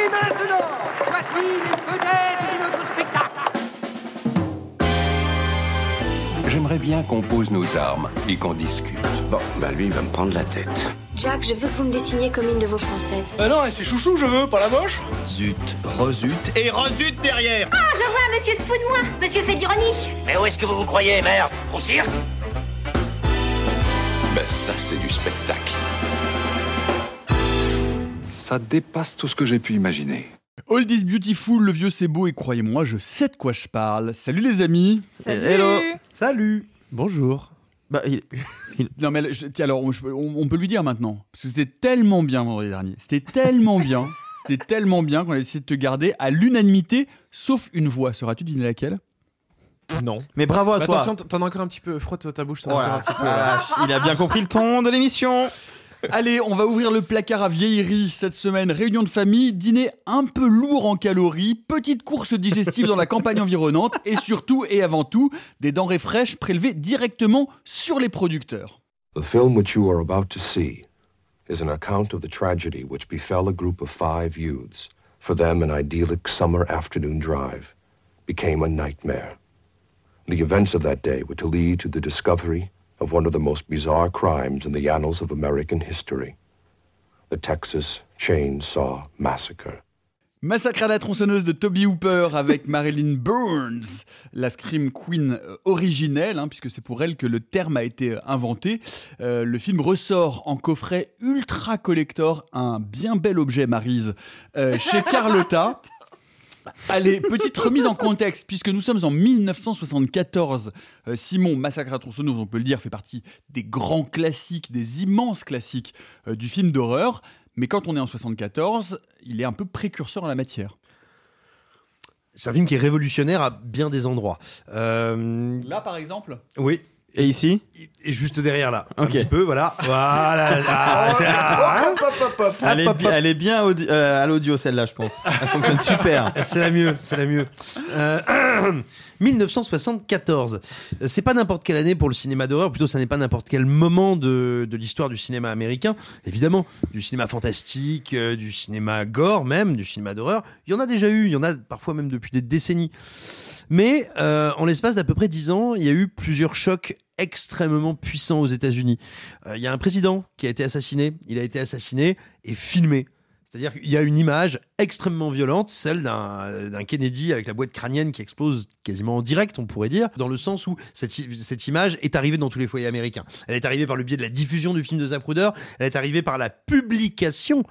Et maintenant, voici les vedettes de notre spectacle. J'aimerais bien qu'on pose nos armes et qu'on discute. Bon, lui, il va me prendre la tête. Jack, je veux que vous me dessiniez comme une de vos françaises. Non, c'est chouchou, je veux, pas la moche. Zut, rezut et rezut derrière. Ah, je vois, monsieur se fout de moi. Monsieur fait d'ironie. Mais où est-ce que vous vous croyez, merde? Au cirque? Ben ça, c'est du spectacle. Ça dépasse tout ce que j'ai pu imaginer. Old is beautiful, le vieux c'est beau et croyez-moi, je sais de quoi je parle. Salut les amis. Salut. Hello. Salut. Bonjour. Non mais alors on peut lui dire maintenant, parce que c'était tellement bien vendredi dernier. C'était tellement bien qu'on a essayé de te garder à l'unanimité, sauf une voix. Sauras-tu deviner laquelle? Non. Mais bravo à toi. Attention, t'en as encore un petit peu. Frotte ta bouche, t'en as Voilà. encore un petit peu. Il a bien compris le ton de l'émission. Allez, on va ouvrir le placard à vieilleries cette semaine. Réunion de famille, dîner un peu lourd en calories, petite course digestive dans la campagne environnante et surtout et avant tout, des denrées fraîches prélevées directement sur les producteurs. The film which you are about to see is an account of the tragedy which befell a group of 5 youths. For them, an idyllic summer afternoon drive became a nightmare. The events of that day were to lead to the discovery of one of the most bizarre crimes in the annals of American history, the Texas Chainsaw Massacre. Massacre à la tronçonneuse de Toby Hooper avec Marilyn Burns, la Scream Queen originelle, puisque c'est pour elle que le terme a été inventé. Le film ressort en coffret ultra collector, un bien bel objet Maryse, chez Carlotta. Allez, petite remise en contexte, puisque nous sommes en 1974. Simon, Massacre à la tronçonneuse, on peut le dire, fait partie des grands classiques, des immenses classiques du film d'horreur. Mais quand on est en 74, il est un peu précurseur en la matière. C'est un film qui est révolutionnaire à bien des endroits. Là, par exemple ? Oui. Et ici ? Et juste derrière là, okay. Un petit peu, voilà. Elle est bien à l'audio celle-là, je pense. Elle fonctionne super. C'est la mieux. 1974. C'est pas n'importe quelle année pour le cinéma d'horreur, plutôt ça n'est pas n'importe quel moment de l'histoire du cinéma américain. Évidemment, du cinéma fantastique, du cinéma gore même, du cinéma d'horreur. Il y en a déjà eu, il y en a parfois même depuis des décennies. Mais en l'espace d'à peu près 10 ans, il y a eu plusieurs chocs extrêmement puissants aux États-Unis. Il y a un président qui a été assassiné. Il a été assassiné et filmé. C'est-à-dire qu'il y a une image extrêmement violente, celle d'un Kennedy avec la boîte crânienne qui explose quasiment en direct, on pourrait dire, dans le sens où cette image est arrivée dans tous les foyers américains. Elle est arrivée par le biais de la diffusion du film de Zapruder. Elle est arrivée par la publication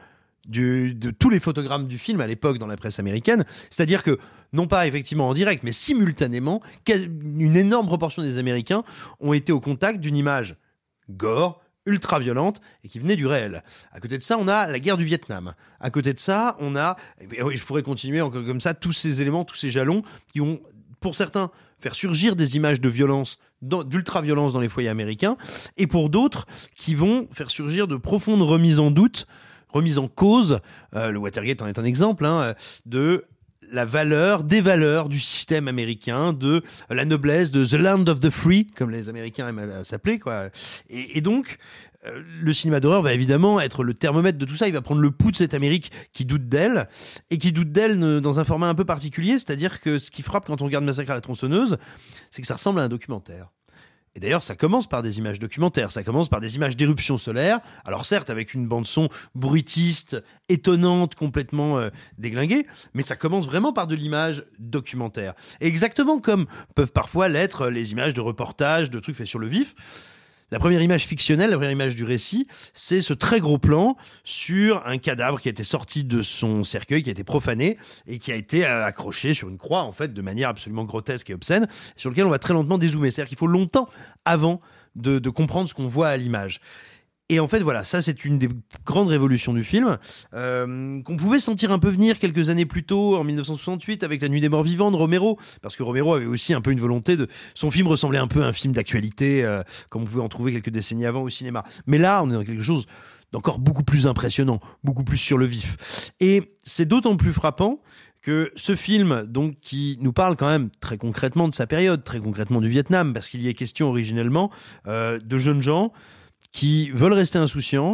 de tous les photogrammes du film à l'époque dans la presse américaine, c'est-à-dire que, non pas effectivement en direct, mais simultanément, une énorme proportion des Américains ont été au contact d'une image gore, ultra violente, et qui venait du réel. À côté de ça, on a la guerre du Vietnam. À côté de ça, on a, et je pourrais continuer encore comme ça, tous ces éléments, tous ces jalons qui ont, pour certains, faire surgir des images de violence, d'ultra-violence dans les foyers américains, et pour d'autres, qui vont faire surgir de profondes remises en doute, remise en cause, le Watergate en est un exemple, de la valeur, des valeurs du système américain, de la noblesse, de the land of the free, comme les Américains aiment à s'appeler, quoi. Et donc, le cinéma d'horreur va évidemment être le thermomètre de tout ça. Il va prendre le pouls de cette Amérique qui doute d'elle, et qui doute d'elle dans un format un peu particulier, c'est-à-dire que ce qui frappe quand on regarde Massacre à la tronçonneuse, c'est que ça ressemble à un documentaire. Et d'ailleurs, ça commence par des images documentaires, ça commence par des images d'éruptions solaires, alors certes avec une bande-son bruitiste, étonnante, complètement déglinguée, mais ça commence vraiment par de l'image documentaire. Et exactement comme peuvent parfois l'être les images de reportages, de trucs faits sur le vif. La première image fictionnelle, la première image du récit, c'est ce très gros plan sur un cadavre qui a été sorti de son cercueil, qui a été profané et qui a été accroché sur une croix, en fait, de manière absolument grotesque et obscène, sur lequel on va très lentement dézoomer. C'est-à-dire qu'il faut longtemps avant de comprendre ce qu'on voit à l'image. Et en fait, voilà, ça c'est une des grandes révolutions du film, qu'on pouvait sentir un peu venir quelques années plus tôt, en 1968, avec La Nuit des Morts Vivants de Romero, parce que Romero avait aussi un peu une volonté de... Son film ressemblait un peu à un film d'actualité, comme on pouvait en trouver quelques décennies avant au cinéma. Mais là, on est dans quelque chose d'encore beaucoup plus impressionnant, beaucoup plus sur le vif. Et c'est d'autant plus frappant que ce film, donc, qui nous parle quand même très concrètement de sa période, très concrètement du Vietnam, parce qu'il y est question originellement de jeunes gens qui veulent rester insouciants,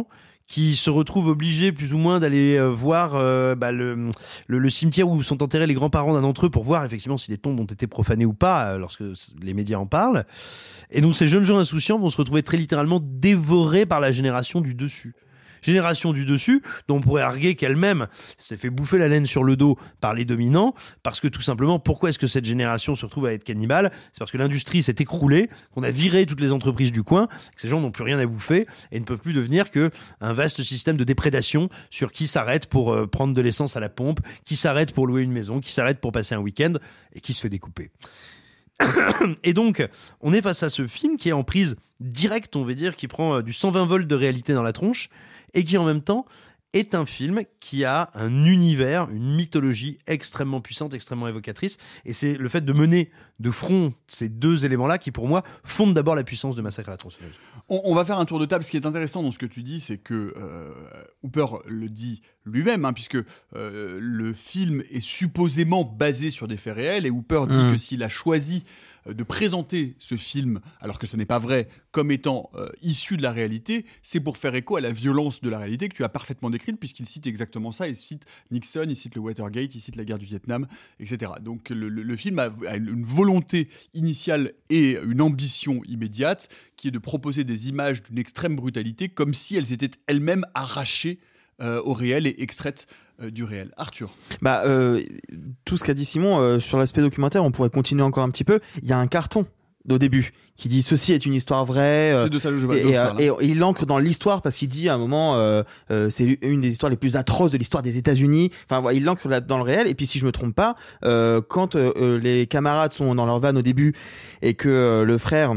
qui se retrouve obligé plus ou moins d'aller voir le cimetière où sont enterrés les grands-parents d'un d'entre eux pour voir effectivement si les tombes ont été profanées ou pas lorsque les médias en parlent. Et donc ces jeunes gens insouciants vont se retrouver très littéralement dévorés par la génération du dessus. Génération du dessus, dont on pourrait arguer qu'elle-même s'est fait bouffer la laine sur le dos par les dominants, parce que tout simplement, pourquoi est-ce que cette génération se retrouve à être cannibale ? C'est parce que l'industrie s'est écroulée, qu'on a viré toutes les entreprises du coin, que ces gens n'ont plus rien à bouffer et ne peuvent plus devenir qu'un vaste système de déprédation sur qui s'arrête pour prendre de l'essence à la pompe, qui s'arrête pour louer une maison, qui s'arrête pour passer un week-end et qui se fait découper. Et donc, on est face à ce film qui est en prise directe, on va dire, qui prend du 120 volts de réalité dans la tronche, et qui en même temps est un film qui a un univers, une mythologie extrêmement puissante, extrêmement évocatrice, et c'est le fait de mener de front ces deux éléments-là qui pour moi fondent d'abord la puissance de Massacre à la tronçonneuse. On va faire un tour de table. Ce qui est intéressant dans ce que tu dis, c'est que Hooper le dit lui-même, puisque le film est supposément basé sur des faits réels, et Hooper dit que s'il a choisi de présenter ce film, alors que ce n'est pas vrai, comme étant issu de la réalité, c'est pour faire écho à la violence de la réalité que tu as parfaitement décrite, puisqu'il cite exactement ça. Il cite Nixon, il cite le Watergate, il cite la guerre du Vietnam, etc. Donc le film a une volonté initiale et une ambition immédiate qui est de proposer des images d'une extrême brutalité, comme si elles étaient elles-mêmes arrachées au réel et extraites du réel. Arthur. Tout ce qu'a dit Simon sur l'aspect documentaire, on pourrait continuer encore un petit peu. Il y a un carton au début qui dit ceci est une histoire vraie, c'est de ça que je parle, et il l'ancre dans l'histoire parce qu'il dit à un moment c'est une des histoires les plus atroces de l'histoire des États-Unis. Enfin voilà, il l'ancre là dans le réel. Et puis si je me trompe pas, quand les camarades sont dans leur van au début et que le frère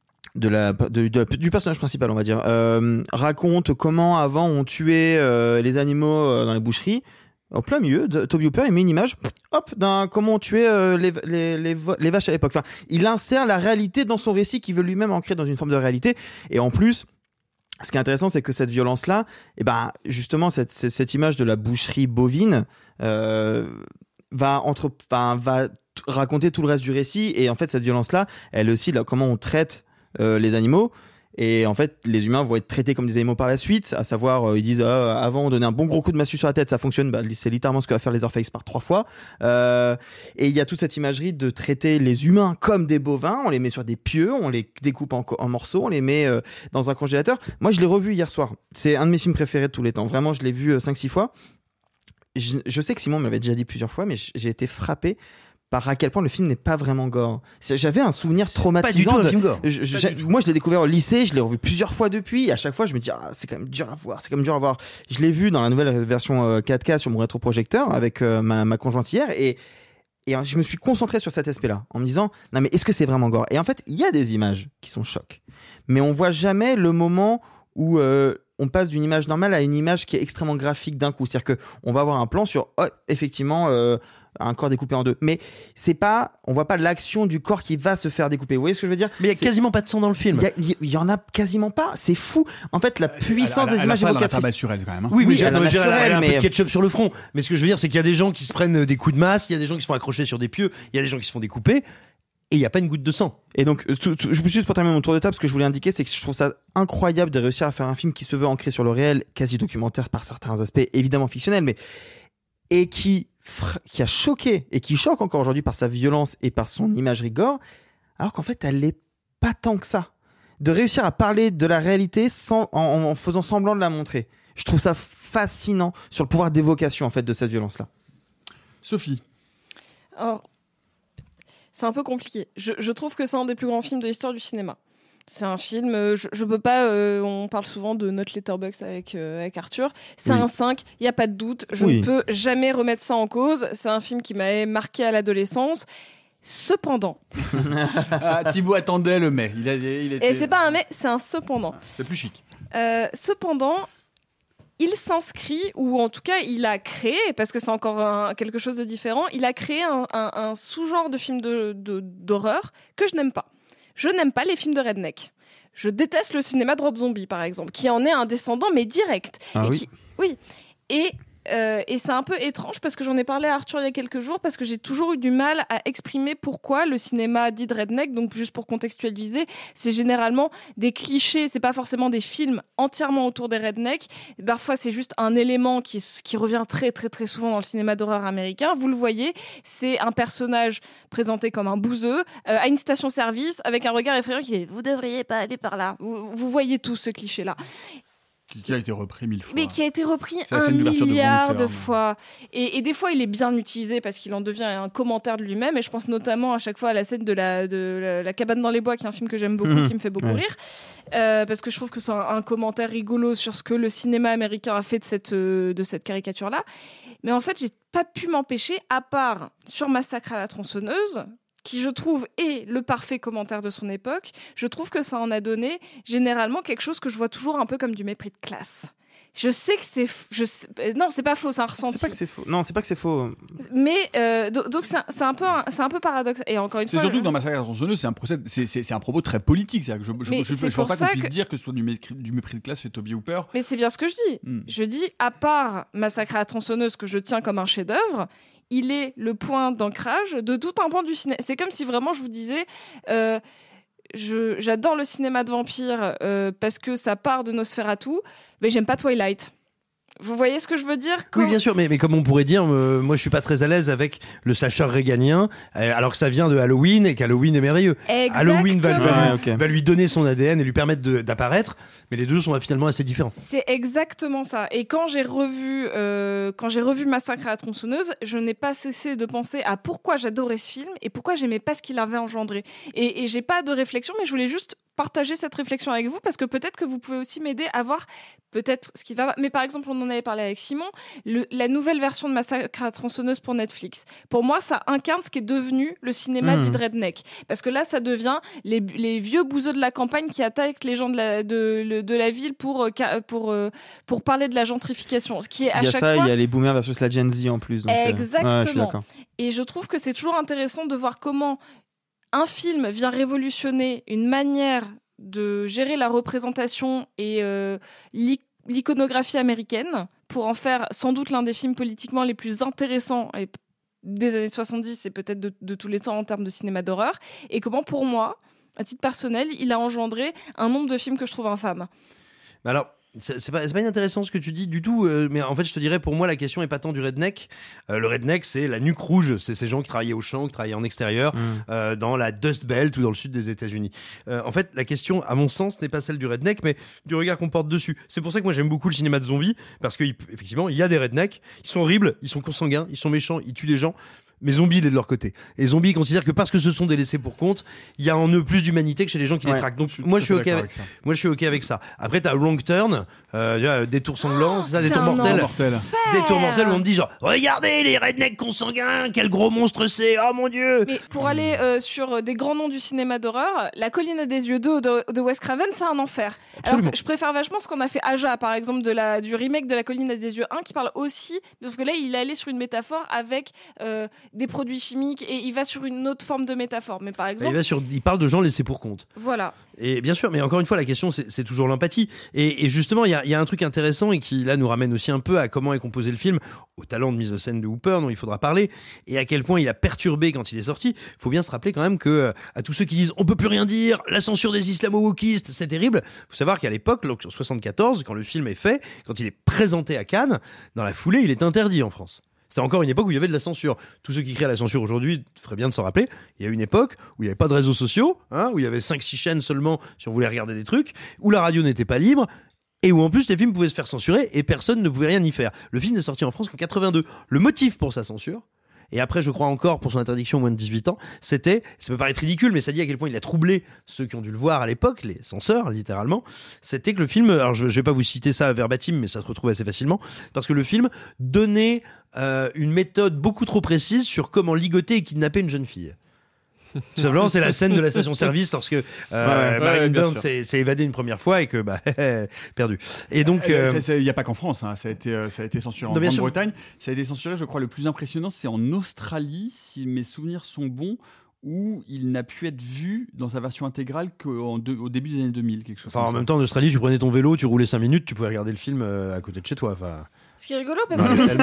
du personnage principal, on va dire, raconte comment avant on tuait les animaux dans les boucheries. Au plein milieu, Toby Hooper, il met une image, d'un comment on tuait les vaches à l'époque. Enfin, il insère la réalité dans son récit qu'il veut lui-même ancrer dans une forme de réalité. Et en plus, ce qui est intéressant, c'est que cette violence-là, justement, cette image de la boucherie bovine va raconter tout le reste du récit. Et en fait, cette violence-là, elle est aussi comment on traite les animaux. Et en fait, les humains vont être traités comme des animaux par la suite, à savoir, ils disent avant on donnait un bon gros coup de massue sur la tête, ça fonctionne. C'est littéralement ce que va faire Leatherface par 3 fois. Et il y a toute cette imagerie de traiter les humains comme des bovins. On les met sur des pieux, on les découpe en morceaux, on les met dans un congélateur. Moi, je l'ai revu hier soir. C'est un de mes films préférés de tous les temps. Vraiment, je l'ai vu 5-6 fois. Je sais que Simon m'avait déjà dit plusieurs fois, mais j'ai été frappé par à quel point le film n'est pas vraiment gore. J'avais un souvenir traumatisant. Pas du tout un film gore. Moi, je l'ai découvert au lycée, je l'ai revu plusieurs fois depuis, et à chaque fois, je me dis, c'est quand même dur à voir, Je l'ai vu dans la nouvelle version 4K sur mon rétroprojecteur avec ma conjointe hier, et je me suis concentré sur cet aspect-là, en me disant, non mais est-ce que c'est vraiment gore ? Et en fait, il y a des images qui sont chocs, mais on voit jamais le moment où on passe d'une image normale à une image qui est extrêmement graphique d'un coup. C'est-à-dire qu'on va avoir un plan sur, effectivement, un corps découpé en deux. Mais on voit pas l'action du corps qui va se faire découper. Vous voyez ce que je veux dire ? Mais il y a quasiment pas de sang dans le film. Il y en a quasiment pas. C'est fou. En fait, la puissance des images évocatrices. Elle sur elle quand même. Oui, elle a un peu de ketchup sur le front. Mais ce que je veux dire, c'est qu'il y a des gens qui se prennent des coups de masse, il y a des gens qui se font accrocher sur des pieux, il y a des gens qui se font découper. Et il n'y a pas une goutte de sang. Et donc, juste pour terminer mon tour de table, ce que je voulais indiquer, c'est que je trouve ça incroyable de réussir à faire un film qui se veut ancré sur le réel, quasi documentaire par certains aspects, évidemment fictionnels, et qui a choqué, et qui choque encore aujourd'hui par sa violence et par son imagerie gore, alors qu'en fait, elle n'est pas tant que ça. De réussir à parler de la réalité en faisant semblant de la montrer. Je trouve ça fascinant sur le pouvoir d'évocation, en fait, de cette violence-là. Sophie. Alors, c'est un peu compliqué. Je trouve que c'est un des plus grands films de l'histoire du cinéma. C'est un film, je peux pas, on parle souvent de Not Letterboxd avec Arthur. C'est un 5, il n'y a pas de doute. Je ne peux jamais remettre ça en cause. C'est un film qui m'avait marqué à l'adolescence. Cependant. Thibaut attendait le mais. Il était... Et c'est pas un mais, c'est un cependant. C'est plus chic. Cependant, il s'inscrit, ou en tout cas il a créé, parce que c'est encore quelque chose de différent, il a créé un sous-genre de film d'horreur que je n'aime pas. Je n'aime pas les films de redneck. Je déteste le cinéma de Rob Zombie, par exemple, qui en est un descendant, mais direct. Ah oui. Oui. Et c'est un peu étrange parce que j'en ai parlé à Arthur il y a quelques jours, parce que j'ai toujours eu du mal à exprimer pourquoi le cinéma dit de redneck. Donc juste pour contextualiser, c'est généralement des clichés, c'est pas forcément des films entièrement autour des rednecks. Parfois c'est juste un élément qui revient très très très souvent dans le cinéma d'horreur américain. Vous le voyez, c'est un personnage présenté comme un bouseux à une station-service avec un regard effrayant qui dit « vous devriez pas aller par là ». Vous voyez tout ce cliché-là. Qui a été repris 1000 fois. Mais qui a été repris 1 milliard de fois. Et des fois, il est bien utilisé parce qu'il en devient un commentaire de lui-même. Et je pense notamment à chaque fois à la scène de la cabane dans les bois, qui est un film que j'aime beaucoup, qui me fait beaucoup rire. Parce que je trouve que c'est un commentaire rigolo sur ce que le cinéma américain a fait de cette caricature-là. Mais en fait, j'ai pas pu m'empêcher, à part sur Massacre à la tronçonneuse, qui je trouve est le parfait commentaire de son époque, je trouve que ça en a donné généralement quelque chose que je vois toujours un peu comme du mépris de classe. Je sais que non, c'est pas faux, c'est un ressenti. C'est pas que c'est faux. Non, c'est pas que c'est faux. Mais donc c'est un peu paradoxe. Et encore une fois, c'est surtout que dans Massacre à la tronçonneuse, c'est un propos très politique. Je ne pense pas qu'on puisse dire que ce soit du mépris de classe chez Toby Hooper. Mais c'est bien ce que je dis. Je dis, à part Massacre à la tronçonneuse, que je tiens comme un chef-d'œuvre, il est le point d'ancrage de tout un pan du cinéma. C'est comme si vraiment je vous disais, j'adore le cinéma de vampires parce que ça part de Nosferatu, mais j'aime pas Twilight. Vous voyez ce que je veux dire ? Oui, bien sûr, mais comme on pourrait dire, moi je suis pas très à l'aise avec le slasher réganien, alors que ça vient de Halloween et qu'Halloween est merveilleux. Exactement. Halloween va lui donner son ADN et lui permettre d'apparaître, mais les deux sont finalement assez différents. C'est exactement ça. Et quand j'ai revu Massacre à la tronçonneuse, je n'ai pas cessé de penser à pourquoi j'adorais ce film et pourquoi j'aimais pas ce qu'il avait engendré. Et j'ai pas de réflexion, mais je voulais juste partager cette réflexion avec vous parce que peut-être que vous pouvez aussi m'aider à voir peut-être ce qui va. Mais par exemple, on en avait parlé avec Simon, la nouvelle version de Massacre à la tronçonneuse pour Netflix. Pour moi, ça incarne ce qui est devenu le cinéma dit de redneck. Parce que là, ça devient les vieux bouseux de la campagne qui attaquent les gens de la ville pour parler de la gentrification. Ce qui est à chaque fois. Il y a les boomers versus la Gen Z en plus. Donc, exactement. Je suis d'accord. Et je trouve que c'est toujours intéressant de voir comment un film vient révolutionner une manière de gérer la représentation et l'iconographie américaine pour en faire sans doute l'un des films politiquement les plus intéressants des années 70 et peut-être de tous les temps en termes de cinéma d'horreur. Et comment, pour moi, à titre personnel, il a engendré un nombre de films que je trouve infâmes. Alors, c'est pas inintéressant ce que tu dis du tout, mais en fait je te dirais, pour moi la question est pas tant du redneck. Le redneck, c'est la nuque rouge, c'est ces gens qui travaillaient au champ, qui travaillaient en extérieur, dans la Dust Belt ou dans le sud des États-Unis. En fait, la question, à mon sens, n'est pas celle du redneck, mais du regard qu'on porte dessus. C'est pour ça que moi j'aime beaucoup le cinéma de zombies, parce qu'effectivement il y a des rednecks, ils sont horribles, ils sont consanguins, ils sont méchants, ils tuent des gens. Mais Zombie, il est de leur côté. Et Zombie considère que parce que ce sont des laissés pour compte, il y a en eux plus d'humanité que chez les gens qui les traquent. Donc moi je suis ok avec ça. Après t'as Wrong Turn, Détour sanglant, Détour mortel. Détour mortel où on te dit genre regardez les rednecks consanguins, quel gros monstre c'est, oh mon dieu. Mais pour aller sur des grands noms du cinéma d'horreur, La colline à des yeux 2 de Wes Craven, c'est un enfer. Absolument. Alors que je préfère vachement ce qu'on a fait Aja, par exemple, du remake de La colline à des yeux 1, qui parle aussi, parce que là il est allé sur une métaphore avec des produits chimiques et il va sur une autre forme de métaphore. Mais par exemple, il parle de gens laissés pour compte. Voilà. Et bien sûr, mais encore une fois, la question c'est toujours l'empathie. Et justement, il y a un truc intéressant et qui là nous ramène aussi un peu à comment est composé le film, au talent de mise en scène de Hooper dont il faudra parler, et à quel point il a perturbé quand il est sorti. Il faut bien se rappeler quand même que à tous ceux qui disent on peut plus rien dire, la censure des islamo-wokistes, c'est terrible. Faut savoir qu'à l'époque, en 74, quand le film est fait, quand il est présenté à Cannes, dans la foulée, il est interdit en France. C'était encore une époque où il y avait de la censure. Tous ceux qui crient à la censure aujourd'hui feraient bien de s'en rappeler. Il y a une époque où il n'y avait pas de réseaux sociaux, où il y avait 5-6 chaînes seulement si on voulait regarder des trucs, où la radio n'était pas libre, et où en plus les films pouvaient se faire censurer et personne ne pouvait rien y faire. Le film est sorti en France en 82. Le motif pour sa censure, et après je crois encore pour son interdiction aux moins de 18 ans, c'était, ça peut paraître ridicule, mais ça dit à quel point il a troublé ceux qui ont dû le voir à l'époque, les censeurs littéralement, c'était que le film, alors je vais pas vous citer ça verbatim, mais ça se retrouve assez facilement, parce que le film donnait une méthode beaucoup trop précise sur comment ligoter et kidnapper une jeune fille. Tout simplement, c'est la scène de la station-service lorsque Marilyn Burns s'est évadée une première fois et que perdu. Et donc, il n'y a pas qu'en France, ça a été censuré en Grande-Bretagne. Ça a été censuré, je crois, le plus impressionnant, c'est en Australie, si mes souvenirs sont bons, où il n'a pu être vu dans sa version intégrale qu'au début des années 2000, quelque chose. En même temps, en Australie, tu prenais ton vélo, tu roulais 5 minutes, tu pouvais regarder le film à côté de chez toi. Ce qui est rigolo parce que c'est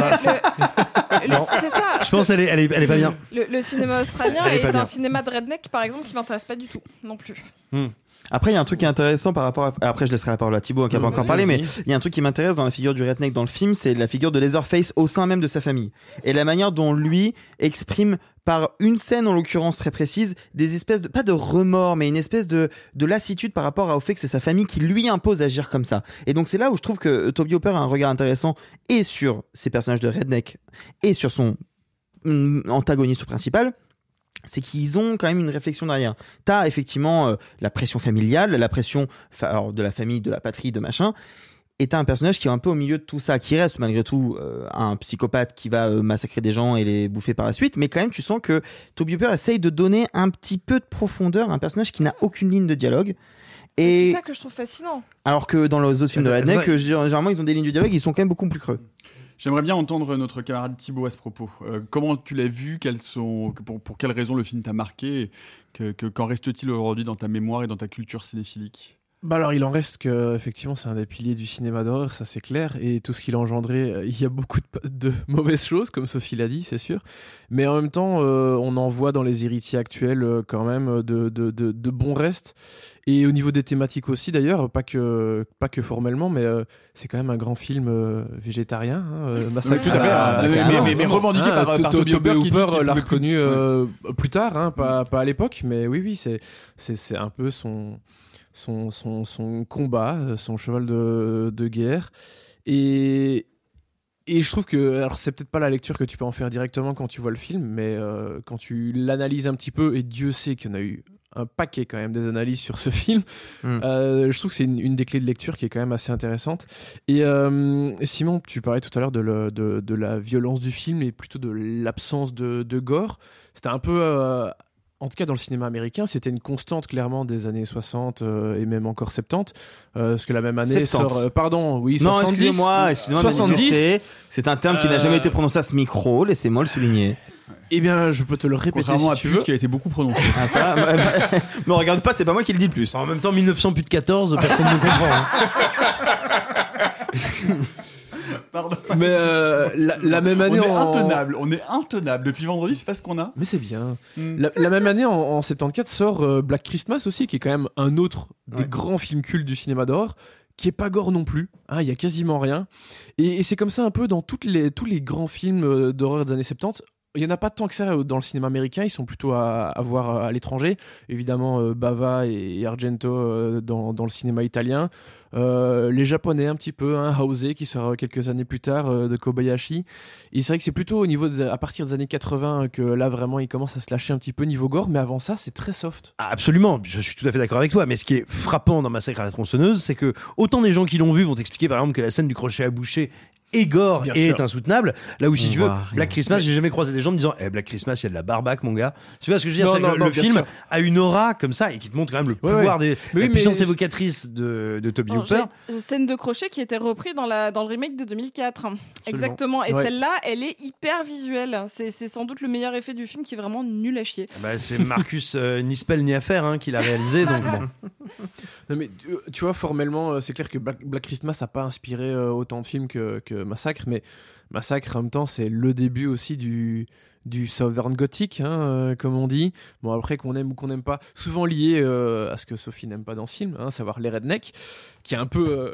ça. Je pense qu'elle est pas bien. Le cinéma australien Elle est est pas bien. un cinéma de redneck, par exemple, qui m'intéresse pas du tout, non plus. Après, il y a un truc qui est intéressant par rapport à... Après, je laisserai la parole à Thibaut, qui n'a pas encore parlé, mais il y a un truc qui m'intéresse dans la figure du redneck dans le film, c'est la figure de Leatherface au sein même de sa famille. Et la manière dont lui exprime, par une scène en l'occurrence très précise, des espèces de... pas de remords, mais une espèce de lassitude par rapport au fait que c'est sa famille qui lui impose d'agir comme ça. Et donc c'est là où je trouve que Toby Hooper a un regard intéressant et sur ses personnages de redneck et sur son antagoniste principal. C'est qu'ils ont quand même une réflexion derrière. T'as effectivement la pression familiale, la pression de la famille, de la patrie, de machin. Et t'as un personnage qui est un peu au milieu de tout ça, qui reste malgré tout un psychopathe qui va massacrer des gens et les bouffer par la suite. Mais quand même, tu sens que Toby Hooper essaye de donner un petit peu de profondeur à un personnage qui n'a aucune ligne de dialogue. Et c'est ça que je trouve fascinant. Alors que dans les autres films de redneck, généralement, ils ont des lignes de dialogue, ils sont quand même beaucoup plus creux. J'aimerais bien entendre notre camarade Thibaut à ce propos. Comment tu l'as vu, pour quelles raisons le film t'a marqué, qu'en reste-t-il aujourd'hui dans ta mémoire et dans ta culture cinéphilique ? Bah alors il en reste que effectivement c'est un des piliers du cinéma d'horreur, ça c'est clair, et tout ce qu'il a engendré, il y a beaucoup de mauvaises choses comme Sophie l'a dit, c'est sûr, mais en même temps on en voit dans les héritiers actuels quand même de bons restes, et au niveau des thématiques aussi d'ailleurs, pas que formellement, mais c'est quand même un grand film végétarien, Massacre tout à fait, mais revendiqué par Toby Hooper l'a reconnu plus tard, pas à l'époque, mais oui c'est un peu son combat, son cheval de guerre. Et je trouve que, alors c'est peut-être pas la lecture que tu peux en faire directement quand tu vois le film, mais quand tu l'analyses un petit peu, et Dieu sait qu'il y en a eu un paquet quand même des analyses sur ce film, je trouve que c'est une des clés de lecture qui est quand même assez intéressante. Et Simon, tu parlais tout à l'heure de la violence du film et plutôt de l'absence de gore. C'était un peu... en tout cas dans le cinéma américain, c'était une constante clairement des années 60 et même encore 70, parce que la même année 70. sort... pardon, oui, non, 70. excusez-moi 70. C'est un terme qui n'a jamais été prononcé à ce micro, laissez-moi le souligner. Eh bien, je peux te le répéter contrairement si tu à veux. Pute qui a été beaucoup prononcé. Ah ça me regarde pas, c'est pas moi qui le dis le plus. En même temps, 1900 plus de 14, personne ne comprend. Pardon. Mais la même année, on est intenable. Depuis vendredi, je sais pas ce qu'on a. Mais c'est bien. La même année, en 74, sort Black Christmas aussi, qui est quand même un autre des grands films cultes du cinéma d'horreur, qui est pas gore non plus. Il y a quasiment rien. Et c'est comme ça un peu dans tous les grands films d'horreur des années 70. Il n'y en a pas tant que ça dans le cinéma américain, ils sont plutôt à voir à l'étranger. Évidemment, Bava et Argento dans le cinéma italien. Les Japonais un petit peu, House qui sera quelques années plus tard de Kobayashi. Et c'est vrai que c'est plutôt au niveau à partir des années 80 que là vraiment il commence à se lâcher un petit peu niveau gore, mais avant ça c'est très soft. Ah, absolument, je suis tout à fait d'accord avec toi, mais ce qui est frappant dans Massacre à la tronçonneuse, c'est que autant des gens qui l'ont vu vont t'expliquer par exemple que la scène du crochet à boucher est gore et est insoutenable, là où si tu veux Black Christmas, j'ai jamais croisé des gens me disant Black Christmas il y a de la barbaque mon gars, tu vois ce que je veux dire, le film a une aura comme ça et qui te montre quand même le pouvoir la puissance évocatrice de Toby Hooper. Scène de crochet qui était reprise dans le remake de 2004. Absolument. Exactement, et celle-là elle est hyper visuelle, c'est sans doute le meilleur effet du film qui est vraiment nul à chier. C'est Marcus Nispel ni à faire qui l'a réalisé, donc bon. Non mais tu vois, formellement c'est clair que Black Christmas n'a pas inspiré autant de films que Massacre, mais Massacre en même temps c'est le début aussi du Southern Gothic, comme on dit. Bon, après, qu'on aime ou qu'on n'aime pas, souvent lié à ce que Sophie n'aime pas dans ce film, savoir les rednecks, qui est un peu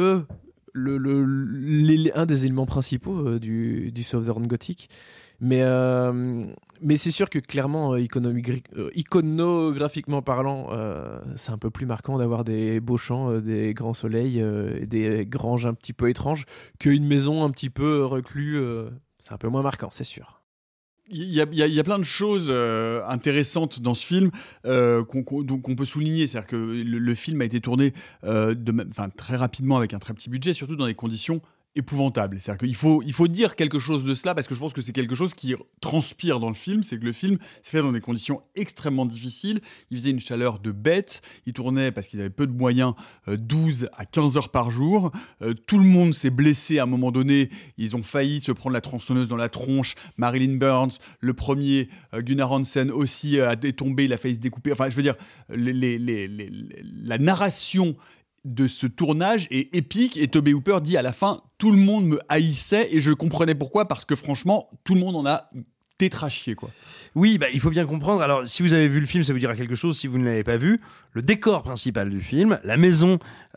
un des éléments principaux du Southern Gothic. Mais c'est sûr que clairement, iconographiquement parlant, c'est un peu plus marquant d'avoir des beaux champs, des grands soleils, des granges un petit peu étranges, qu'une maison un petit peu reclue. C'est un peu moins marquant, c'est sûr. Il y a plein de choses intéressantes dans ce film qu'on peut souligner. C'est-à-dire que le film a été tourné très rapidement avec un très petit budget, surtout dans des conditions épouvantable. C'est-à-dire qu'il faut dire quelque chose de cela, parce que je pense que c'est quelque chose qui transpire dans le film, c'est que le film s'est fait dans des conditions extrêmement difficiles. Il faisait une chaleur de bête, il tournait, parce qu'ils avaient peu de moyens, 12 à 15 heures par jour. Tout le monde s'est blessé à un moment donné, ils ont failli se prendre la tronçonneuse dans la tronche. Marilyn Burns, le premier, Gunnar Hansen aussi est tombé, il a failli se découper. Enfin, je veux dire, la narration de ce tournage est épique et Tobe Hooper dit à la fin tout le monde me haïssait et je comprenais pourquoi parce que franchement tout le monde en a tétrachier quoi. Oui, il faut bien comprendre. Alors, si vous avez vu le film, ça vous dira quelque chose. Si vous ne l'avez pas vu, le décor principal du film, la maison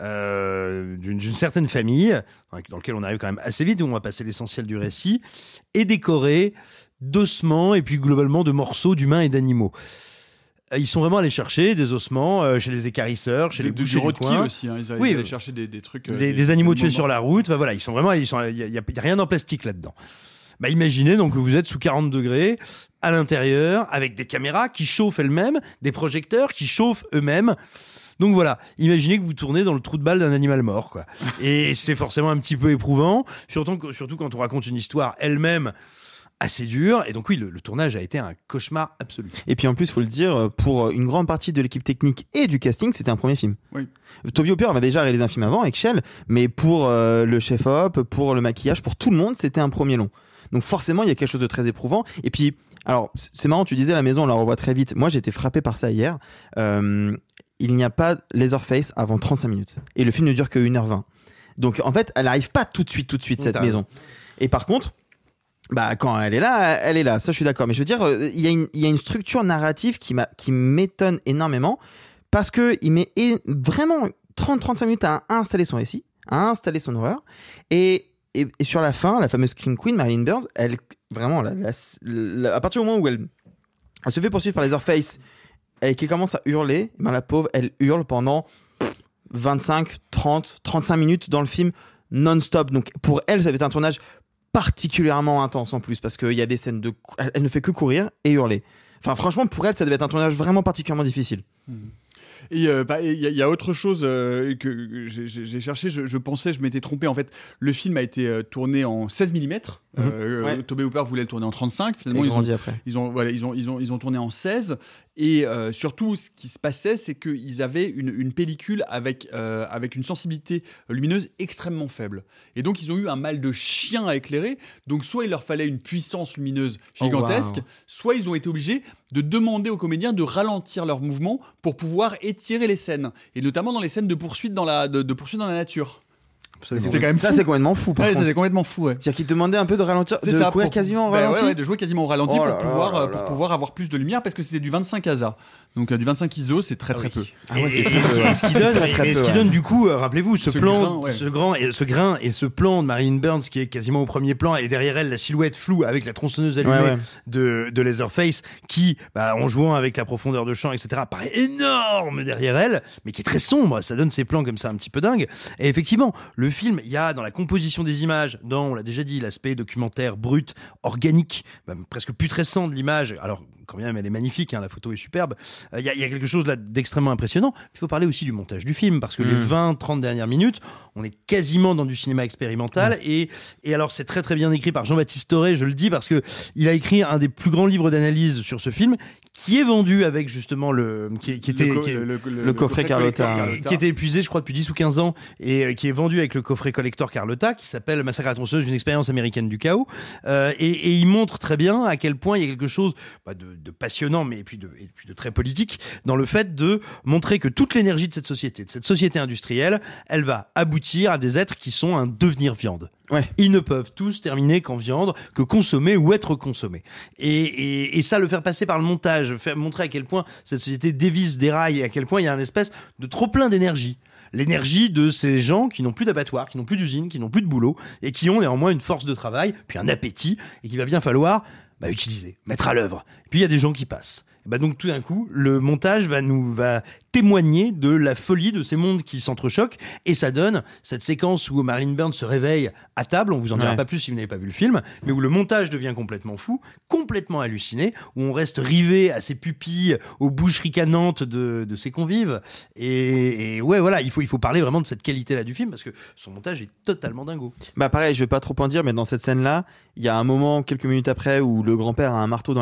d'une certaine famille, dans laquelle on arrive quand même assez vite, où on va passer l'essentiel du récit, est décoré d'ossements et puis globalement de morceaux d'humains et d'animaux. Ils sont vraiment allés chercher des ossements chez les équarrisseurs, chez les bouchers du coin. Aussi, hein. Ils allaient chercher des trucs, des animaux tués sur la route. Enfin, voilà, il y a rien en plastique là-dedans. Imaginez donc que vous êtes sous 40 degrés à l'intérieur avec des caméras qui chauffent elles-mêmes, des projecteurs qui chauffent eux-mêmes. Donc voilà, imaginez que vous tournez dans le trou de balle d'un animal mort, quoi. Et c'est forcément un petit peu éprouvant, surtout quand on raconte une histoire elle-même assez dure. Et donc oui, le tournage a été un cauchemar absolu. Et puis en plus, il faut le dire, pour une grande partie de l'équipe technique et du casting, c'était un premier film. Oui. Tobe Hooper avait déjà réalisé un film avant avec Shell, mais pour le chef-op, pour le maquillage, pour tout le monde, c'était un premier long. Donc forcément, il y a quelque chose de très éprouvant. Et puis, alors, c'est marrant, tu disais la maison, on la revoit très vite. Moi, j'ai été frappé par ça hier. Il n'y a pas Leatherface avant 35 minutes. Et le film ne dure que 1h20. Donc, en fait, elle n'arrive pas tout de suite, cette maison. Et par contre, quand elle est là. Ça, je suis d'accord. Mais je veux dire, il y a une structure narrative qui m'étonne énormément parce qu'il met vraiment 30-35 minutes à installer son récit, à installer son horreur. Et sur la fin, la fameuse Scream Queen, Marilyn Burns, elle, vraiment, à partir du moment où elle se fait poursuivre par Leatherface et qu'elle commence à hurler, la pauvre, elle hurle pendant 25, 30, 35 minutes dans le film non-stop. Donc pour elle, ça va être un tournage particulièrement intense en plus, parce qu'il y a des scènes elle ne fait que courir et hurler. Enfin, franchement, pour elle, ça devait être un tournage vraiment particulièrement difficile. Et il y a autre chose que j'ai cherché, je pensais, je m'étais trompé. En fait, le film a été tourné en 16 mm. Tobe Hooper voulait le tourner en 35. Finalement, ils ont tourné en 16. Et surtout, ce qui se passait, c'est qu'ils avaient une pellicule avec une sensibilité lumineuse extrêmement faible. Et donc, ils ont eu un mal de chien à éclairer. Donc, soit il leur fallait une puissance lumineuse gigantesque, soit ils ont été obligés de demander aux comédiens de ralentir leurs mouvements pour pouvoir étirer les scènes. Et notamment dans les scènes de poursuite dans la nature. C'est quand même ça, c'est complètement fou. Ça, c'est complètement fou. Ouais. C'est-à-dire qu'ils te demandaient un peu de ralentir, courir quasiment au ralenti. De jouer quasiment au ralenti pour pouvoir avoir plus de lumière, parce que c'était du 25 ASA. Donc du 25 ISO, c'est très peu. Ce qui donne du coup, rappelez-vous, ce grain et ce plan de Marilyn Burns qui est quasiment au premier plan, et derrière elle la silhouette floue avec la tronçonneuse allumée de Leatherface qui, en jouant avec la profondeur de champ, etc., paraît énorme derrière elle, mais qui est très sombre. Ça donne ces plans comme ça un petit peu dingues. Et effectivement, le film, il y a dans la composition des images, on l'a déjà dit, l'aspect documentaire brut, organique, presque putrescent de l'image. Alors, quand même, elle est magnifique, la photo est superbe. Il y a quelque chose là d'extrêmement impressionnant. Il faut parler aussi du montage du film, parce que les 20-30 dernières minutes, on est quasiment dans du cinéma expérimental. Et alors, c'est très très bien écrit par Jean-Baptiste Toré, je le dis, parce que il a écrit un des plus grands livres d'analyse sur ce film, qui est vendu avec justement le coffret Carlotta, qui était épuisé, je crois, depuis 10 ou 15 ans, et qui est vendu avec le coffret collector Carlotta, qui s'appelle Massacre à la tronçonneuse, une expérience américaine du chaos. Et il montre très bien à quel point il y a quelque chose de passionnant, mais et puis de très politique, dans le fait de montrer que toute l'énergie de cette société industrielle, elle va aboutir à des êtres qui sont un devenir viande. Ouais. Ils ne peuvent tous terminer qu'en viande, que consommer ou être consommés. Et ça, le faire passer par le montage, montrer à quel point cette société dévisse, déraille, et à quel point il y a une espèce de trop plein d'énergie. L'énergie de ces gens qui n'ont plus d'abattoir, qui n'ont plus d'usine, qui n'ont plus de boulot, et qui ont néanmoins une force de travail, puis un appétit, et qu'il va bien falloir utiliser, mettre à l'œuvre. Et puis il y a des gens qui passent. Donc tout d'un coup, le montage va témoigner de la folie de ces mondes qui s'entrechoquent, et ça donne cette séquence où Marilyn Burns se réveille à table, on vous en dira pas plus si vous n'avez pas vu le film, mais où le montage devient complètement fou, complètement halluciné, où on reste rivé à ses pupilles, aux bouches ricanantes de ses convives, et ouais, voilà, il faut parler vraiment de cette qualité-là du film, parce que son montage est totalement dingo. Pareil, je vais pas trop en dire, mais dans cette scène-là, il y a un moment, quelques minutes après, où le grand-père a un marteau dans la main,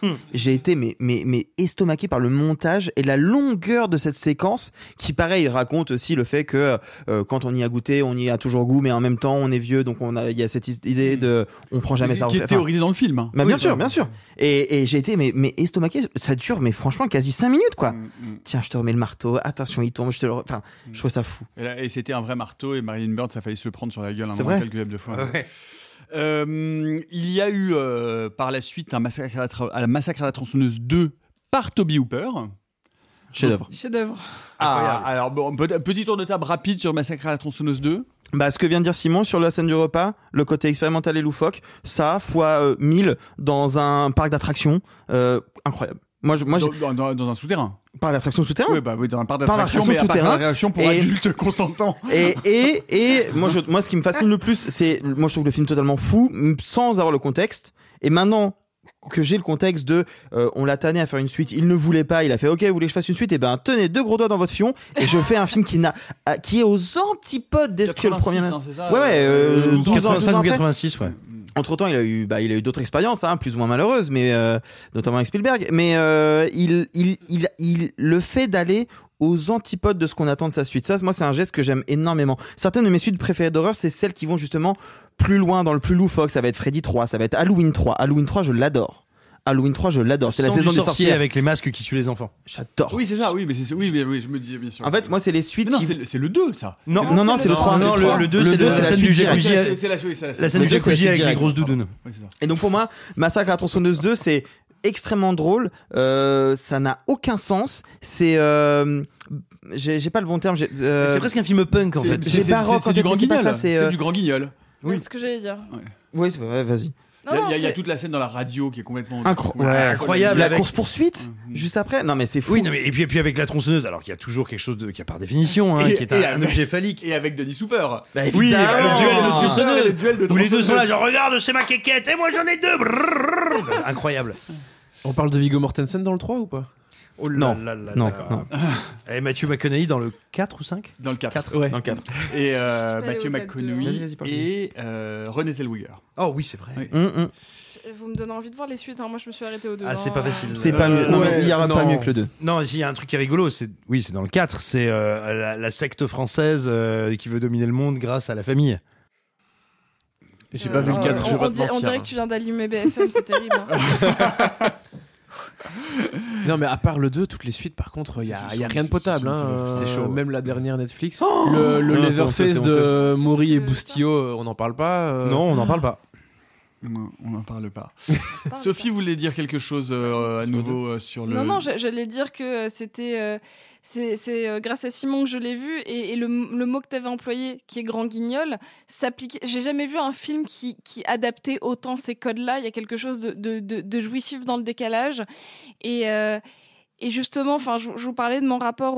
J'ai été mais estomaqué par le montage et la longueur de cette séquence qui, pareil, raconte aussi le fait que quand on y a goûté, on y a toujours goût, mais en même temps, on est vieux, donc il y a cette idée de on prend jamais ça. Qui est théorisé dans le film. Hein. Bien sûr. Et j'ai été mais estomaqué. Ça dure, mais franchement, quasi 5 minutes, quoi. Tiens, je te remets le marteau. Attention, il tombe. Je trouve ça fou. Et c'était un vrai marteau, et Marilyn Burns, ça a failli se le prendre sur la gueule incalculable de fois. Ouais. Il y a eu par la suite un massacre à la tronçonneuse 2 par Toby Hooper. Chef-d'œuvre. Alors bon, petit tour de table rapide sur Massacre à la tronçonneuse 2. Ce que vient de dire Simon sur la scène du repas, le côté expérimental et loufoque, ça fois 1000 dans un parc d'attractions, incroyable. Moi, dans un souterrain. Parc d'attractions souterrain. Oui, dans un parc d'attractions, mais un parc d'attractions pour adultes consentants. Et moi, ce qui me fascine le plus, c'est, moi, je trouve le film totalement fou, sans avoir le contexte. Et maintenant que j'ai le contexte de, on l'a tanné à faire une suite, il ne voulait pas, il a fait, ok, vous voulez que je fasse une suite, et tenez 2 gros doigts dans votre fion, et je fais un film qui est aux antipodes d'est-ce que le premier. C'est ça, 85 ou 86, ouais. Entre temps, il a eu d'autres expériences, plus ou moins malheureuses, mais notamment avec Spielberg. Mais il le fait d'aller aux antipodes de ce qu'on attend de sa suite. Ça, moi, c'est un geste que j'aime énormément. Certaines de mes suites préférées d'horreur, c'est celles qui vont justement plus loin dans le plus loufoque. Ça va être Freddy 3, ça va être Halloween 3. Halloween 3, je l'adore. Halloween 3, je l'adore. C'est la saison des sorciers avec les masques qui tuent les enfants. J'adore. Oui, c'est ça. Oui, je me disais bien sûr. En fait, moi, c'est les suites. Non, c'est le 2, ça. Non, c'est le 3. Non, le 2, c'est la scène du jacuzzi. C'est la scène du jacuzzi avec les grosses doudounes. Et donc, pour moi, Massacre à la tronçonneuse 2, c'est extrêmement drôle. Ça n'a aucun sens. C'est. J'ai pas le bon terme. C'est presque un film punk, en fait. C'est du grand guignol. C'est du grand guignol. Oui, c'est ce que j'allais dire. Oui, c'est vrai, vas-y. Il y a toute la scène dans la radio qui est complètement incroyable. La course-poursuite, juste après. Non, mais c'est fou. Oui, et puis avec la tronçonneuse, alors qu'il y a toujours quelque chose qui a par définition, qui est un objet phallique. Et avec Denis Hooper. Oui, le duel de tronçonneuse. Où les deux sont là, genre, regarde, c'est ma quéquette, et moi j'en ai 2. Incroyable. On parle de Viggo Mortensen dans le 3 ou pas? Oh non. Et Matthew McConaughey dans le 4 ou 5? Dans le 4. Ouais. Dans le 4. Et Matthew McConaughey et Renée Zellweger. Oh oui, c'est vrai. Oui. Vous me donnez envie de voir les suites. Moi, je me suis arrêté au 2. Ah, c'est pas facile. C'est pas mieux. Non, mais il y aura pas mieux que le 2. Non, il y a un truc qui est rigolo. C'est dans le 4. C'est la secte française qui veut dominer le monde grâce à la famille. J'ai pas vu le 4. On dirait que tu viens d'allumer BFM. C'est terrible. Non, mais à part le 2, toutes les suites, par contre, il y a rien de potable. C'est chaud. Même la dernière Netflix. Le Leatherface de Maury et Boustillot, on n'en parle pas. Non, on n'en parle pas. Non, on n'en parle pas. Sophie voulait dire quelque chose à nouveau sur le... Non, j'allais dire que c'était... c'est grâce à Simon que je l'ai vu, et le mot que tu avais employé, qui est grand guignol, s'applique. J'ai jamais vu un film qui adaptait autant ces codes-là. Il y a quelque chose de jouissif dans le décalage. Et justement, je vous parlais de mon rapport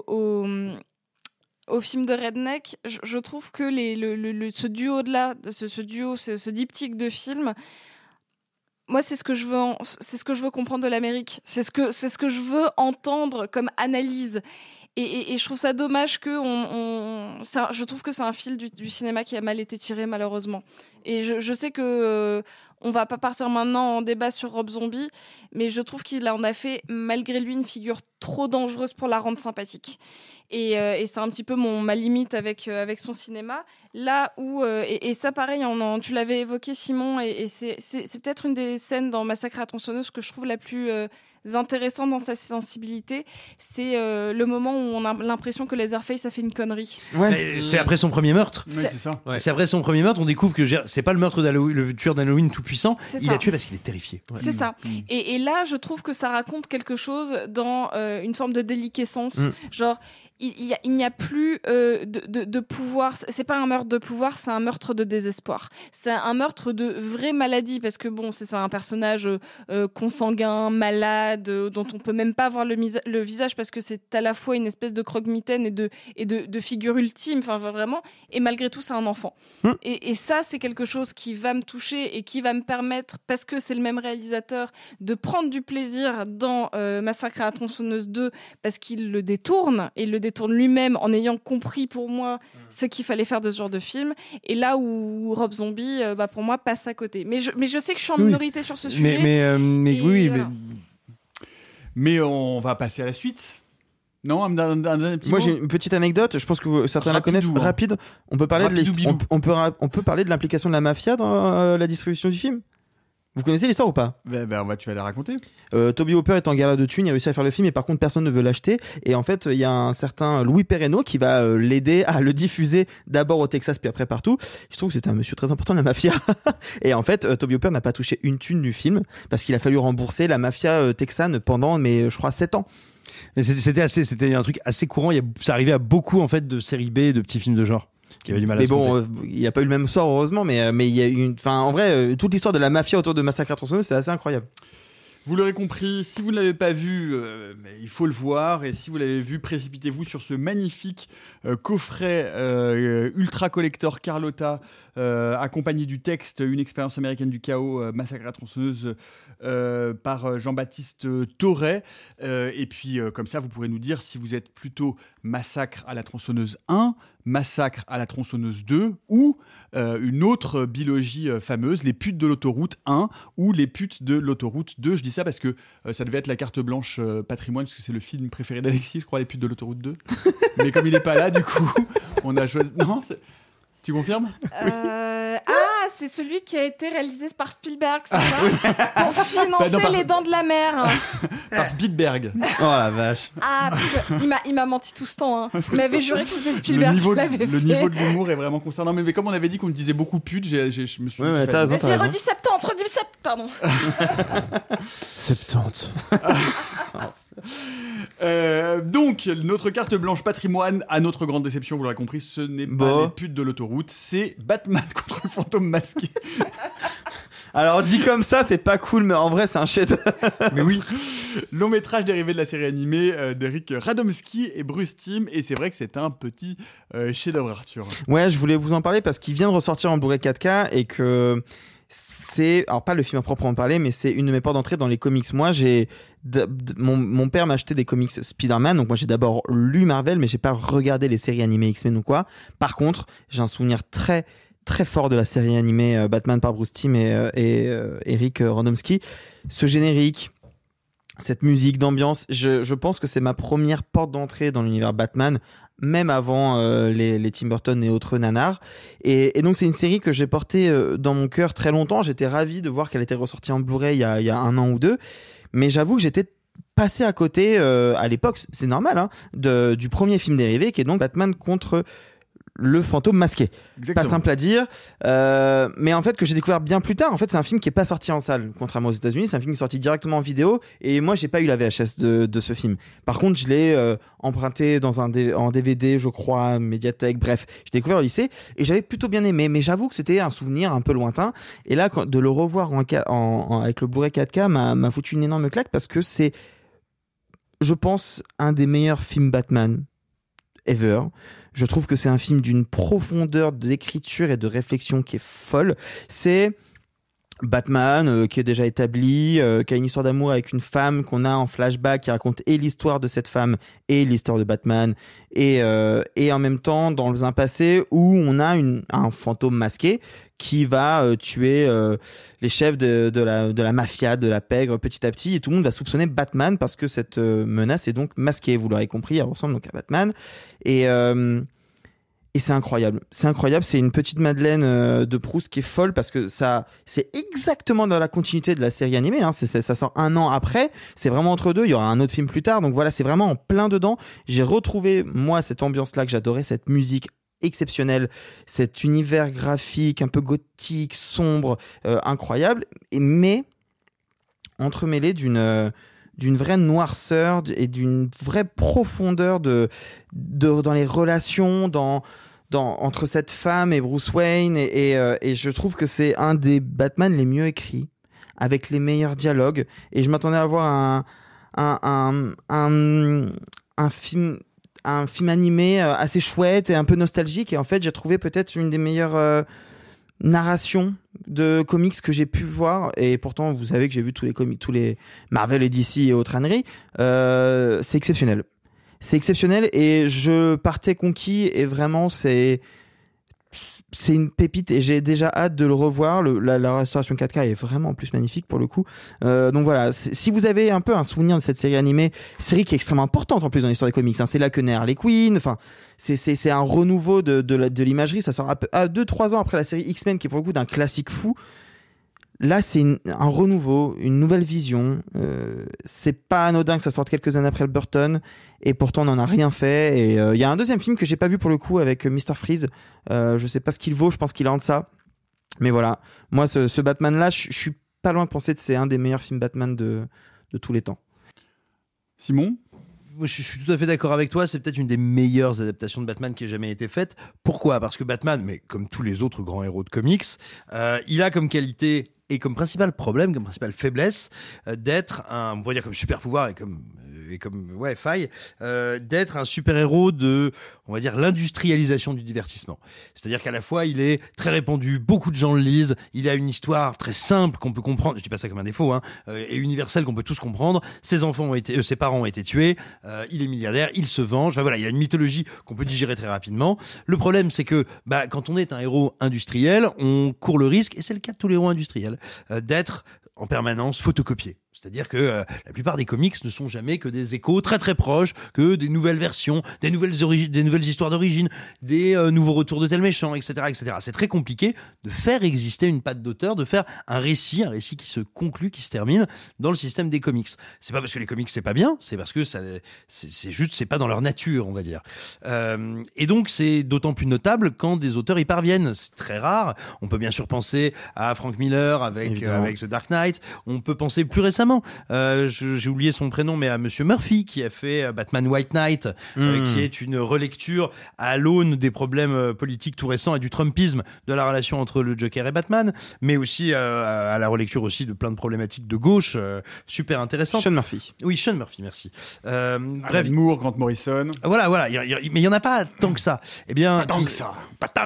au film de Redneck. Je trouve que ce duo-là, ce diptyque de films, moi, c'est ce que je veux comprendre de l'Amérique. C'est ce que je veux entendre comme analyse. Et je trouve ça dommage que je trouve que c'est un fil du cinéma qui a mal été tiré, malheureusement. Et je sais que on va pas partir maintenant en débat sur Rob Zombie, mais je trouve qu'il en a fait, malgré lui, une figure trop dangereuse pour la rendre sympathique. Et c'est un petit peu ma limite avec son cinéma. Là où et ça, pareil, tu l'avais évoqué, Simon, et c'est peut-être une des scènes dans Massacre à la tronçonneuse que je trouve la plus intéressante dans sa sensibilité. C'est le moment où on a l'impression que Leatherface a fait une connerie. Ouais. C'est après son premier meurtre. Oui, c'est ça. Ouais. C'est après son premier meurtre, on découvre que c'est pas le meurtre d'Halloween, le tueur d'Halloween tout puissant. Il a tué parce qu'il est terrifié. Ouais. C'est ça. Et là, je trouve que ça raconte quelque chose dans une forme de déliquescence. Genre, il n'y a plus de pouvoir. C'est pas un meurtre de pouvoir, c'est un meurtre de désespoir. C'est un meurtre de vraie maladie, parce que c'est un personnage consanguin, malade, dont on peut même pas voir le visage, parce que c'est à la fois une espèce de croque-mitaine et de figure ultime, vraiment. Et malgré tout, c'est un enfant. Et ça, c'est quelque chose qui va me toucher et qui va me permettre, parce que c'est le même réalisateur, de prendre du plaisir dans Massacre à la tronçonneuse 2, parce qu'il le détourne, et le détourne lui-même en ayant compris pour moi ce qu'il fallait faire de ce genre de film. Et là où Rob Zombie, pour moi, passe à côté. Mais je sais que je suis en minorité sur ce sujet. Mais oui, voilà. Mais on va passer à la suite. Non, un petit Moi mot. j'ai une petite anecdote, je pense que certains la connaissent. Rapide, on peut parler on peut parler de l'implication de la mafia dans la distribution du film. Vous connaissez l'histoire ou pas? Tu vas la raconter. Toby Hooper est en galère de thunes, il a réussi à faire le film et par contre personne ne veut l'acheter. Et en fait, il y a un certain Louis Perreno qui va l'aider à le diffuser d'abord au Texas puis après partout. Je trouve que c'était un monsieur très important de la mafia. Et en fait, Toby Hooper n'a pas touché une thune du film parce qu'il a fallu rembourser la mafia texane pendant, je crois, 7 ans. Mais c'était un truc assez courant. Ça arrivait à beaucoup en fait de séries B, de petits films de genre. Qui avait du mal à mais se bon, monter. il n'y a pas eu le même sort heureusement, mais il y a eu en vrai, toute l'histoire de la mafia autour de Massacre à la tronçonneuse, c'est assez incroyable. Vous l'aurez compris, si vous ne l'avez pas vu, il faut le voir. Et si vous l'avez vu, précipitez-vous sur ce magnifique coffret ultra collector Carlotta, accompagné du texte Une expérience américaine du chaos, Massacre à la tronçonneuse, par Jean-Baptiste Thorey. Et puis, comme ça, vous pourrez nous dire si vous êtes plutôt Massacre à la tronçonneuse 1, Massacre à la tronçonneuse 2 ou une autre bilogie fameuse, Les putes de l'autoroute 1 ou Les putes de l'autoroute 2. Je dis ça parce que ça devait être la carte blanche patrimoine, parce que c'est le film préféré d'Alexis, je crois, Les putes de l'autoroute 2. Mais comme il n'est pas là, du coup, on a choisi... Non, tu confirmes? Ah, c'est celui qui a été réalisé par Spielberg, c'est ça? Pour financer Les Dents de la Mer. Par Spielberg. Oh la vache. Ah, il m'a menti tout ce temps. Hein. Il m'avait juré que c'était Spielberg qui l'avait fait. Le niveau de l'humour est vraiment concernant. Mais comme on avait dit qu'on disait beaucoup pute, je me suis dit... t'as raison. C'est redit 70, pardon. 70. Donc, notre carte blanche patrimoine, à notre grande déception, vous l'aurez compris, ce n'est pas Les putes de l'autoroute, c'est Batman contre le fantôme masqué. Alors dit comme ça, c'est pas cool, mais en vrai, c'est un chef-d'œuvre. Mais oui. Long métrage dérivé de la série animée d'Eric Radomski et Bruce Timm, et c'est vrai que c'est un petit chef-d'œuvre, Arthur. Ouais, je voulais vous en parler parce qu'il vient de ressortir en Blu-ray 4K et que c'est, alors pas le film à proprement parler, mais c'est une de mes portes d'entrée dans les comics. Moi, mon père m'a acheté des comics Spider-Man, donc moi j'ai d'abord lu Marvel, mais j'ai pas regardé les séries animées X-Men ou quoi. Par contre, j'ai un souvenir très très fort de la série animée Batman par Bruce Timm et Eric Radomski. Ce générique, cette musique d'ambiance, je pense que c'est ma première porte d'entrée dans l'univers Batman, même avant les Tim Burton et autres nanars. Et donc c'est une série que j'ai portée dans mon cœur très longtemps. J'étais ravi de voir qu'elle était ressortie en Blu-ray il y a 1 an ou 2. Mais j'avoue que j'étais passé à côté à l'époque, c'est normal, hein, du premier film dérivé qui est donc Batman contre le fantôme masqué. Exactement. Pas simple à dire, mais en fait que j'ai découvert bien plus tard. En fait, c'est un film qui est pas sorti en salle, contrairement aux États-Unis. C'est un film qui est sorti directement en vidéo, et moi j'ai pas eu la VHS de ce film. Par contre, je l'ai emprunté en DVD, je crois, médiathèque. Bref, j'ai découvert au lycée et j'avais plutôt bien aimé. Mais j'avoue que c'était un souvenir un peu lointain. Et là, de le revoir avec le Blu-ray 4K m'a foutu une énorme claque parce que c'est, je pense, un des meilleurs films Batman ever. Je trouve que c'est un film d'une profondeur d'écriture et de réflexion qui est folle. C'est Batman qui est déjà établi, qui a une histoire d'amour avec une femme qu'on a en flashback, qui raconte et l'histoire de cette femme et l'histoire de Batman, et en même temps dans un passé où on a un fantôme masqué qui va tuer les chefs de la mafia, de la pègre petit à petit, et tout le monde va soupçonner Batman parce que cette menace est donc masquée. Vous l'aurez compris, elle ressemble donc à Batman, et c'est incroyable. C'est incroyable. C'est une petite Madeleine de Proust qui est folle parce que c'est exactement dans la continuité de la série animée. Hein. Ça sort 1 an après. C'est vraiment entre deux. Il y aura un autre film plus tard. Donc voilà, c'est vraiment en plein dedans. J'ai retrouvé, moi, cette ambiance-là que j'adorais, cette musique exceptionnelle, cet univers graphique un peu gothique, sombre, incroyable, mais entremêlé d'une vraie noirceur et d'une vraie profondeur dans les relations, entre cette femme et Bruce Wayne, et je trouve que c'est un des Batman les mieux écrits, avec les meilleurs dialogues, et je m'attendais à voir un film animé assez chouette et un peu nostalgique, et en fait j'ai trouvé peut-être une des meilleures narrations de comics que j'ai pu voir, et pourtant vous savez que j'ai vu tous les Marvel et DC et autres âneries. C'est exceptionnel. c'est exceptionnel et je partais conquis et vraiment c'est une pépite et j'ai déjà hâte de le revoir. La restauration 4K est vraiment en plus magnifique pour le coup. Donc voilà, si vous avez un peu un souvenir de cette série animée, série qui est extrêmement importante en plus dans l'histoire des comics, hein, c'est là que naît Harley Quinn. Enfin, c'est un renouveau de l'imagerie. Ça sort à 2-3 ans après la série X-Men qui est pour le coup d'un classique fou. Là, c'est un renouveau, une nouvelle vision. C'est pas anodin que ça sorte quelques années après le Burton, et pourtant on n'en a rien fait. Et il y a un deuxième film que j'ai pas vu pour le coup avec Mr. Freeze. Je sais pas ce qu'il vaut, je pense qu'il est en deçà. Mais voilà, moi ce Batman-là, je suis pas loin de penser que c'est un des meilleurs films Batman de tous les temps. Simon ? Moi, je suis tout à fait d'accord avec toi, c'est peut-être une des meilleures adaptations de Batman qui ait jamais été faite. Pourquoi ? Parce que Batman, mais comme tous les autres grands héros de comics, il a comme qualité et comme principal problème, comme principale faiblesse, d'être on pourrait dire comme super pouvoir et comme faille, d'être un super-héros de, on va dire, l'industrialisation du divertissement. C'est-à-dire qu'à la fois, il est très répandu, beaucoup de gens le lisent, il a une histoire très simple qu'on peut comprendre, je dis pas ça comme un défaut, et universelle qu'on peut tous comprendre. Ses parents ont été tués, il est milliardaire, il se venge, enfin voilà, il y a une mythologie qu'on peut digérer très rapidement. Le problème, c'est que, quand on est un héros industriel, on court le risque, et c'est le cas de tous les héros industriels, d'être en permanence photocopié. C'est-à-dire que la plupart des comics ne sont jamais que des échos très très proches, que des nouvelles versions, des nouvelles histoires d'origine, des nouveaux retours de tel méchant, etc., etc. C'est très compliqué de faire exister une patte d'auteur, de faire un récit qui se conclut, qui se termine dans le système des comics. C'est pas parce que les comics c'est pas bien, c'est parce que c'est pas dans leur nature, on va dire. Et donc c'est d'autant plus notable quand des auteurs y parviennent. C'est très rare. On peut bien sûr penser à Frank Miller avec The Dark Knight. On peut penser plus récemment, j'ai oublié son prénom, mais à Monsieur Murphy qui a fait Batman White Knight, qui est une relecture à l'aune des problèmes politiques tout récents et du Trumpisme de la relation entre le Joker et Batman, mais aussi à la relecture aussi de plein de problématiques de gauche super intéressantes. Sean Murphy. Oui, Sean Murphy, merci. Bref, Moore, Grant Morrison. Voilà, mais il y en a pas tant que ça. Eh bien, pas tant que ça.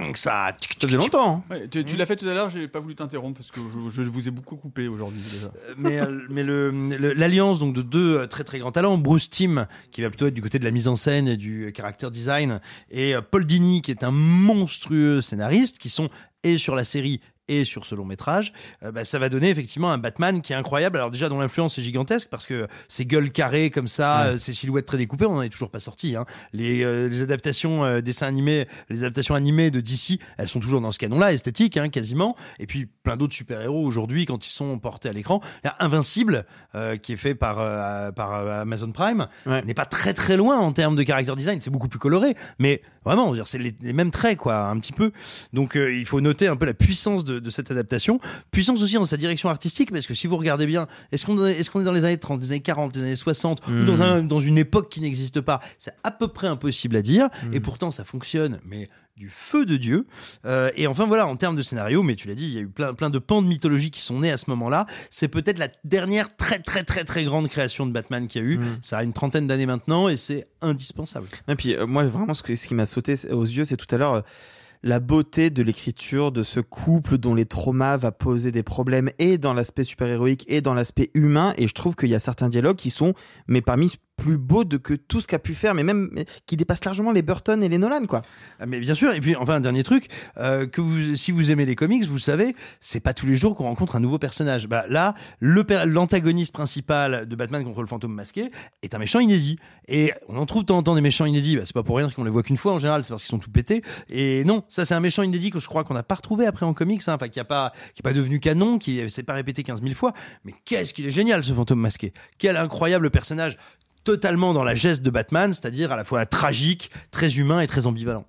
Ça faisait longtemps. Ouais, tu l'as fait tout à l'heure, j'ai pas voulu t'interrompre parce que je vous ai beaucoup coupé aujourd'hui déjà. Mais l'alliance donc de deux très très grands talents, Bruce Timm qui va plutôt être du côté de la mise en scène et du character design, et Paul Dini qui est un monstrueux scénariste, qui sont et sur la série et sur ce long métrage, ça va donner effectivement un Batman qui est incroyable. Alors déjà dont l'influence est gigantesque parce que ces gueules carrées comme ça, ces silhouettes très découpées, on n'en est toujours pas sorti. Les adaptations dessins animés, les adaptations animées de DC, elles sont toujours dans ce canon-là, esthétique quasiment. Et puis plein d'autres super-héros aujourd'hui quand ils sont portés à l'écran. Invincible, qui est fait par Amazon Prime, n'est pas très très loin en termes de character design. C'est beaucoup plus coloré, mais vraiment, c'est les mêmes traits quoi, un petit peu. Donc il faut noter un peu la puissance de cette adaptation, puissance aussi dans sa direction artistique, parce que si vous regardez bien, est-ce qu'on est dans les années 30, les années 40, les années 60, ou dans une époque qui n'existe pas? C'est à peu près impossible à dire, et pourtant ça fonctionne, mais du feu de Dieu. Et enfin voilà, en termes de scénario, mais tu l'as dit, il y a eu plein de pans de mythologie qui sont nés à ce moment-là. C'est peut-être la dernière très très très très grande création de Batman qu'il y a eu. Ça a une trentaine d'années maintenant, et c'est indispensable. Et puis moi vraiment ce qui m'a sauté aux yeux, c'est tout à l'heure la beauté de l'écriture de ce couple dont les traumas va poser des problèmes, et dans l'aspect super-héroïque et dans l'aspect humain. Et je trouve qu'il y a certains dialogues qui sont parmi plus beau que tout ce qu'a pu faire, mais même qui dépasse largement les Burton et les Nolan, quoi. Mais bien sûr. Et puis enfin un dernier truc, si vous aimez les comics, vous savez, c'est pas tous les jours qu'on rencontre un nouveau personnage. Là, l'antagoniste principal de Batman contre le fantôme masqué est un méchant inédit, et on en trouve de temps en temps des méchants inédits. C'est pas pour rien qu'on les voit qu'une fois en général, c'est parce qu'ils sont tout pétés. Et non, ça c'est un méchant inédit que je crois qu'on n'a pas retrouvé après en comics, enfin qui est pas devenu canon, qui s'est pas répété 15 000 fois. Mais qu'est-ce qu'il est génial ce fantôme masqué! Quel incroyable personnage! Totalement dans la geste de Batman, c'est-à-dire à la fois tragique, très humain et très ambivalent.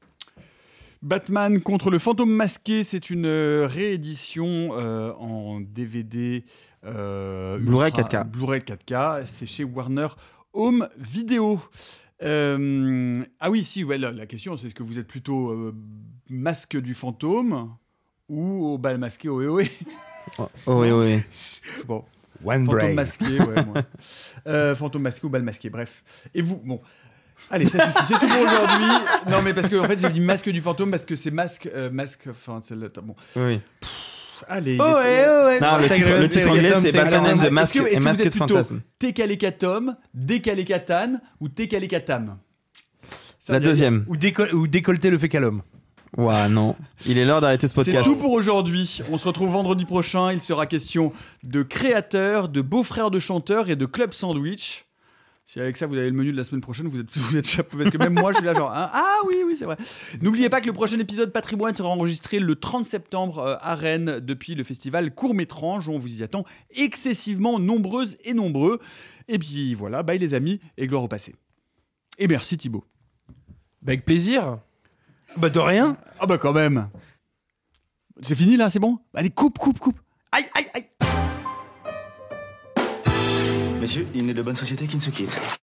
Batman contre le fantôme masqué, c'est une réédition en DVD Blu-ray 4K. Blu-ray 4K, c'est chez Warner Home Video. Ah oui, si, la question c'est est-ce que vous êtes plutôt masque du fantôme ou au bal masqué ohé. Oui. Bon. One fantôme brain. masqué, ouais, moi. Fantôme masqué ou bal masqué, bref. Et vous, bon. Allez, ça suffit, c'est tout pour aujourd'hui. Non, mais parce que en fait, j'ai dit masque du fantôme parce que c'est masque, enfin, c'est le. Bon. Oui. Allez. Non, le titre anglais, c'est Batman and the Masked Phantasm. Técalécatom, Décalécatane ou Técalécatam? La deuxième. Ou décolleter le fécalum. Ouah, non. Il est l'heure d'arrêter ce podcast. C'est tout pour aujourd'hui. On se retrouve vendredi prochain. Il sera question de créateurs, de beaux-frères de chanteurs et de club sandwich. Si avec ça vous avez le menu de la semaine prochaine, vous êtes chapeau. Parce que même moi, je suis là genre, hein, ah oui, c'est vrai. N'oubliez pas que le prochain épisode Patrimoine sera enregistré le 30 septembre à Rennes depuis le festival Court-Métrange. On vous y attend excessivement nombreuses et nombreux. Et puis voilà, bye les amis et gloire au passé. Et merci Thibaut. Avec plaisir. Bah de rien. Ah bah quand même. C'est fini là, c'est bon? Allez, coupe. Aïe. Messieurs, il n'est de bonne société qui ne se quitte.